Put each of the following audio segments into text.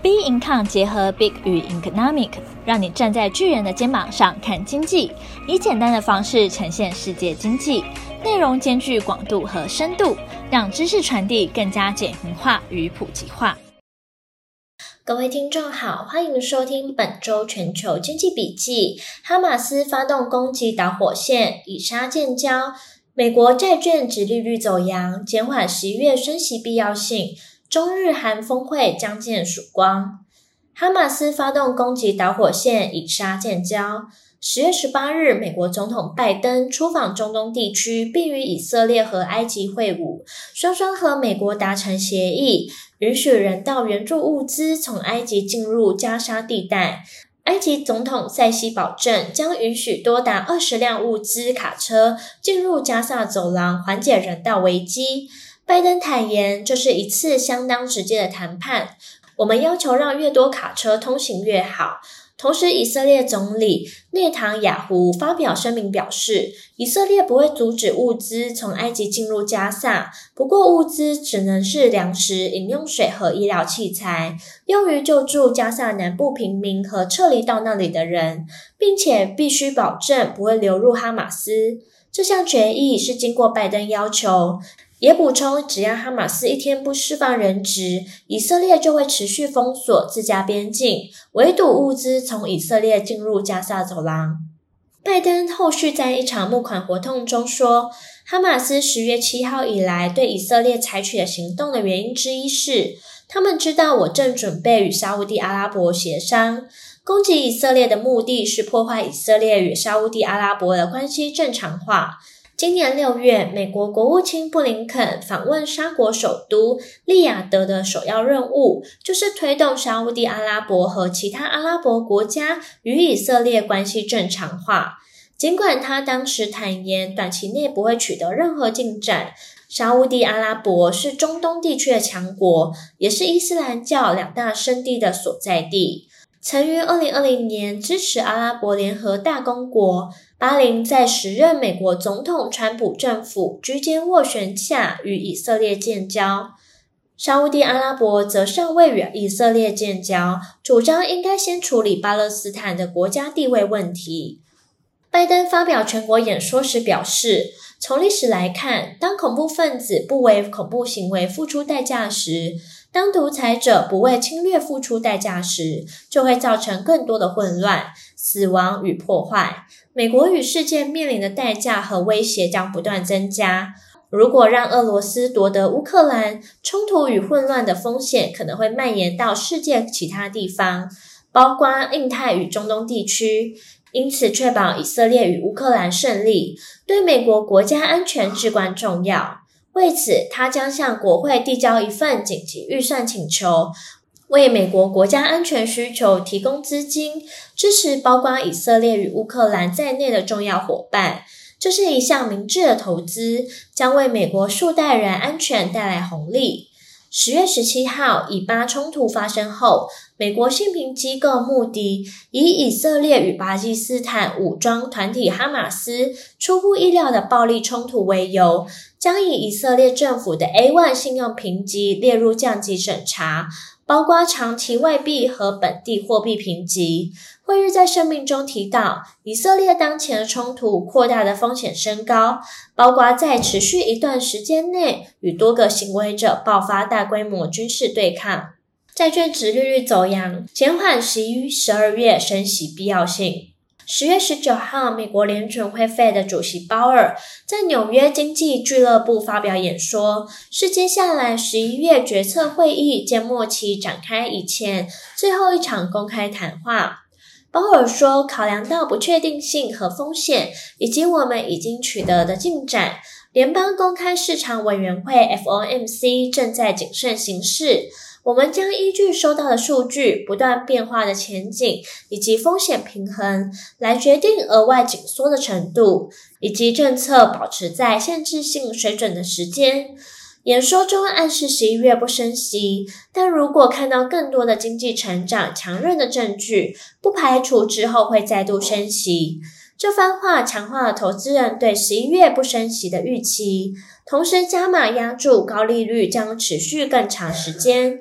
Big Income 结合 Big 与 Economic， 让你站在巨人的肩膀上看经济，以简单的方式呈现世界经济，内容兼具广度和深度，让知识传递更加简明化与普及化。 各位听众好，欢迎收听本周全球经济笔记。哈马斯发动攻击导火线，以沙建交，美国债券殖利率走扬，减缓11月升息必要性，中日韩峰会将见曙光。哈马斯发动攻击导火线，以沙建交。10月18日，美国总统拜登出访中东地区，并与以色列和埃及会晤，双方和美国达成协议，允许人道援助物资从埃及进入加沙地带。埃及总统塞西保证将允许多达20辆物资卡车进入加萨走廊，缓解人道危机。拜登坦言，这是一次相当直接的谈判，我们要求让越多卡车通行越好。同时，以色列总理内塔尼亚胡发表声明表示，以色列不会阻止物资从埃及进入加萨，不过物资只能是粮食、饮用水和医疗器材，用于救助加萨南部平民和撤离到那里的人，并且必须保证不会流入哈马斯。这项决议是经过拜登要求，也补充，只要哈马斯一天不释放人质，以色列就会持续封锁自家边境，围堵物资从以色列进入加萨走廊。拜登后续在一场募款活动中说，哈马斯10月7号以来对以色列采取的行动的原因之一是，他们知道我正准备与沙烏地阿拉伯协商。攻击以色列的目的是破坏以色列与沙烏地阿拉伯的关系正常化。今年6月，美国国务卿布林肯访问沙国首都利雅得的首要任务，就是推动沙烏地阿拉伯和其他阿拉伯国家与以色列关系正常化。尽管他当时坦言短期内不会取得任何进展，沙烏地阿拉伯是中东地区的强国，也是伊斯兰教2大圣地的所在地。曾于2020年支持阿拉伯联合大公国，巴林在时任美国总统川普政府居间斡旋下与以色列建交。沙烏地阿拉伯则尚未与以色列建交，主张应该先处理巴勒斯坦的国家地位问题。拜登发表全国演说时表示，从历史来看，当恐怖分子不为恐怖行为付出代价时，当独裁者不为侵略付出代价时，就会造成更多的混乱、死亡与破坏。美国与世界面临的代价和威胁将不断增加。如果让俄罗斯夺得乌克兰，冲突与混乱的风险可能会蔓延到世界其他地方，包括印太与中东地区。因此，确保以色列与乌克兰胜利，对美国国家安全至关重要。为此，他将向国会递交一份紧急预算请求，为美国国家安全需求提供资金，支持包括以色列与乌克兰在内的重要伙伴。这是一项明智的投资，将为美国数代人安全带来红利。10月17号，以巴冲突发生后，美国信评机构穆迪以以色列与巴基斯坦武装团体哈马斯出乎意料的暴力冲突为由，将以以色列政府的 A1 信用评级列入降级审查，包括长期外币和本地货币评级。会议在声明中提到，以色列当前的冲突扩大的风险升高，包括在持续一段时间内与多个行为者爆发大规模军事对抗。债券殖利率走扬，减缓11、12月升息必要性。10月19号，美国联准会 Fed 主席鲍尔在纽约经济俱乐部发表演说，是接下来11月决策会议届末期展开以前最后一场公开谈话。鲍尔说，考量到不确定性和风险，以及我们已经取得的进展，联邦公开市场委员会 FOMC 正在谨慎行事。我们将依据收到的数据、不断变化的前景以及风险平衡，来决定额外紧缩的程度，以及政策保持在限制性水准的时间。演说中暗示11月不升息，但如果看到更多的经济成长强韧的证据，不排除之后会再度升息。这番话强化了投资人对11月不升息的预期，同时加码押注高利率将持续更长时间。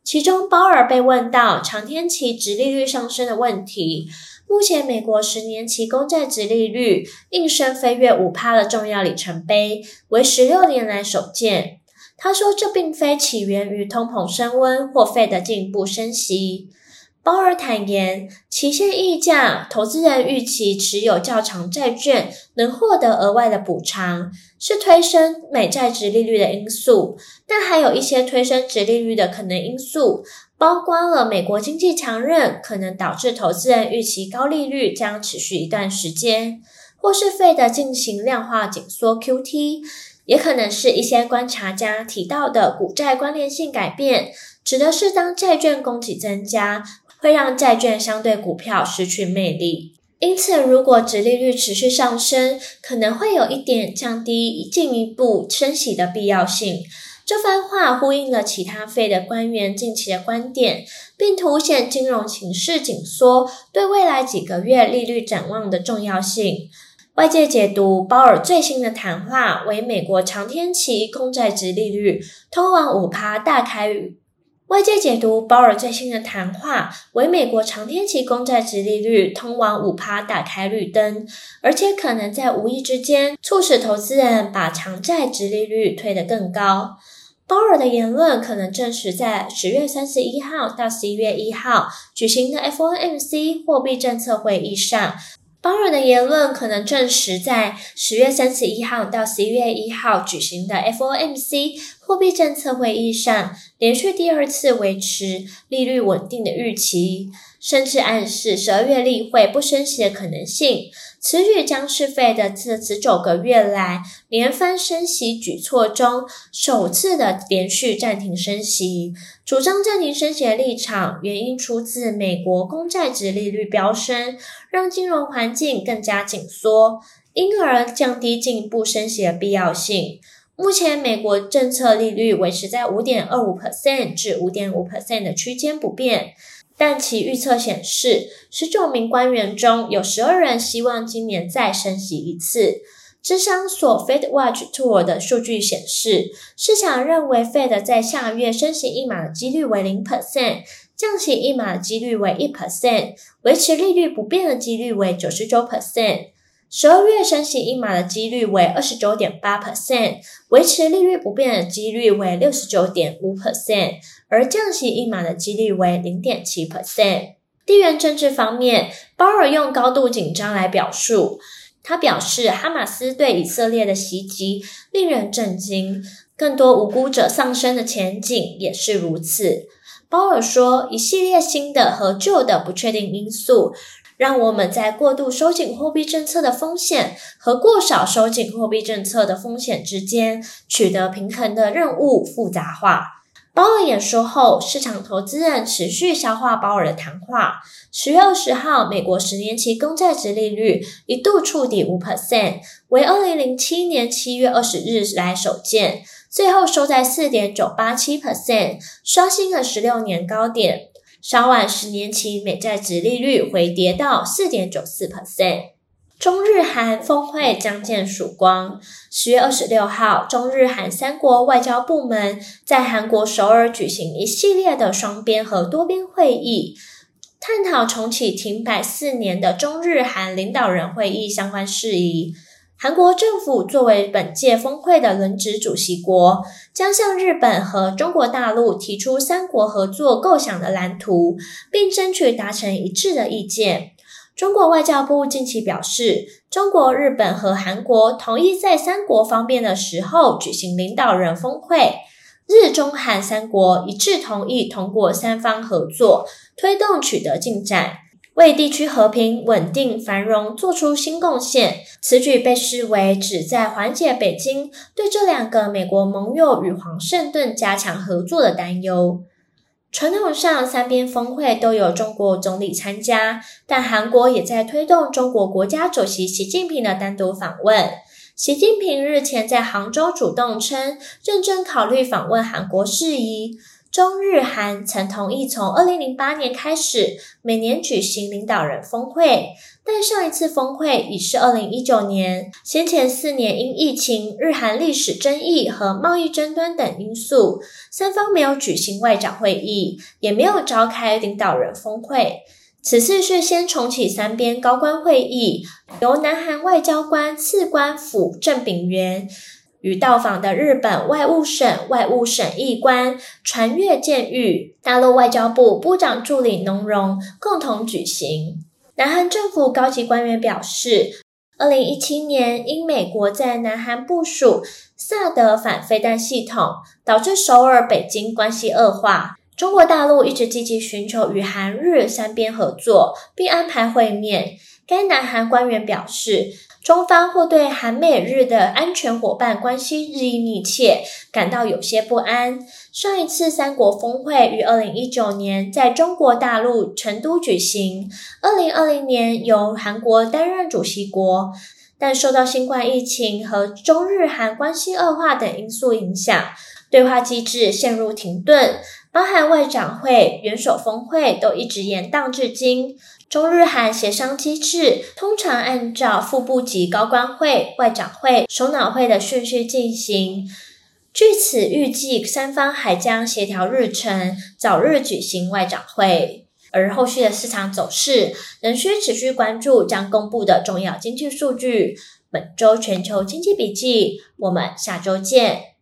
其中鲍尔被问到长天期殖利率上升的问题，目前美国10年期公债殖利率应声飞跃 5% 的重要里程碑，为16年来首见。他说这并非起源于通膨升温或Fed进一步升息。鲍尔坦言，期限溢价，投资人预期持有较长债券能获得额外的补偿，是推升美债殖利率的因素，但还有一些推升殖利率的可能因素，包括了美国经济强韧可能导致投资人预期高利率将持续一段时间，或是Fed进行量化紧缩 QT， 也可能是一些观察家提到的股债关联性改变，指的是当债券供给增加，会让债券相对股票失去魅力。因此，如果殖利率持续上升，可能会有一点降低进一步升息的必要性。这番话呼应了其他Fed官员近期的观点，并凸显金融情势紧缩对未来几个月利率展望的重要性。外界解读鲍尔最新的谈话为美国长天期公债殖利率通往 5% 大开语。外界解读鲍尔最新的谈话为美国长天期公债殖利率通往 5% 打开绿灯，而且可能在无意之间促使投资人把长债殖利率推得更高。鲍尔的言论可能证实在10月31号到11月1号举行的 FOMC 货币政策会议上，鲍尔的言论可能证实在10月31号到11月1号举行的 FOMC 货币政策会议上，连续第二次维持利率稳定的预期，甚至暗示12月例会不升息的可能性。此举将是Fed自19个月来连番升息举措中首次的连续暂停升息。主张暂停升息的立场原因出自美国公债殖利率飙升，让金融环境更加紧缩，因而降低进一步升息的必要性。目前美国政策利率维持在 5.25% 至 5.5% 的区间不变，但其预测显示19名官员中有12人希望今年再升息一次。芝商所 FedWatch Tool 的数据显示，市场认为 Fed 在下月升息一码的几率为 0%， 降息一码的几率为 1%， 维持利率不变的几率为 99%。12月升息一码的几率为 29.8%， 维持利率不变的几率为 69.5%， 而降息一码的几率为 0.7%。 地缘政治方面，鲍尔用高度紧张来表述。他表示，哈马斯对以色列的袭击令人震惊，更多无辜者丧生的前景也是如此。鲍尔说，一系列新的和旧的不确定因素让我们在过度收紧货币政策的风险和过少收紧货币政策的风险之间取得平衡的任务复杂化。鲍尔演说后，市场投资人持续消化鲍尔的谈话。10月20号，美国10年期公债殖利率一度触底 5%， 为2007年7月20日来首见，最后收在 4.987%， 刷新了16年高点。稍晚10年期美债殖利率回跌到 4.94%。中日韩峰会将见曙光。10月26号，中日韩三国外交部门在韩国首尔举行一系列的双边和多边会议，探讨重启停摆4年的中日韩领导人会议相关事宜。韩国政府作为本届峰会的轮值主席国，将向日本和中国大陆提出三国合作构想的蓝图，并争取达成一致的意见。中国外交部近期表示，中国、日本和韩国同意在三国方便的时候举行领导人峰会。日中韩三国一致同意通过三方合作，推动取得进展，为地区和平、稳定、繁荣做出新贡献。此举被视为旨在缓解北京对这两个美国盟友与华盛顿加强合作的担忧。传统上，三边峰会都有中国总理参加，但韩国也在推动中国国家主席习近平的单独访问。习近平日前在杭州主动称，认真考虑访问韩国事宜。 中日韩曾同意从2008年开始每年举行领导人峰会，但上一次峰会已是2019年，先前4年因疫情、日韩历史争议和贸易争端等因素，三方没有举行外长会议，也没有召开领导人峰会。此次是先重启三边高官会议，由南韩外交官次官府郑秉元与到访的日本外务省外务省议官传越健裕、大陆外交部部长助理农荣共同举行。南韩政府高级官员表示，2017年因美国在南韩部署萨德反飞弹系统，导致首尔、北京关系恶化。中国大陆一直积极寻求与韩日三边合作，并安排会面。该南韩官员表示，中方或对韩美日的安全伙伴关系日益密切感到有些不安。上一次三国峰会于2019年在中国大陆成都举行，2020年由韩国担任主席国，但受到新冠疫情和中日韩关系恶化等因素影响，对话机制陷入停顿，包含外长会、元首峰会都一直延宕至今。中日韩协商机制通常按照副部级高官会、外长会、首脑会的顺序进行，据此预计三方还将协调日程，早日举行外长会。而后续的市场走势仍需持续关注将公布的重要经济数据。本周全球经济笔记，我们下周见。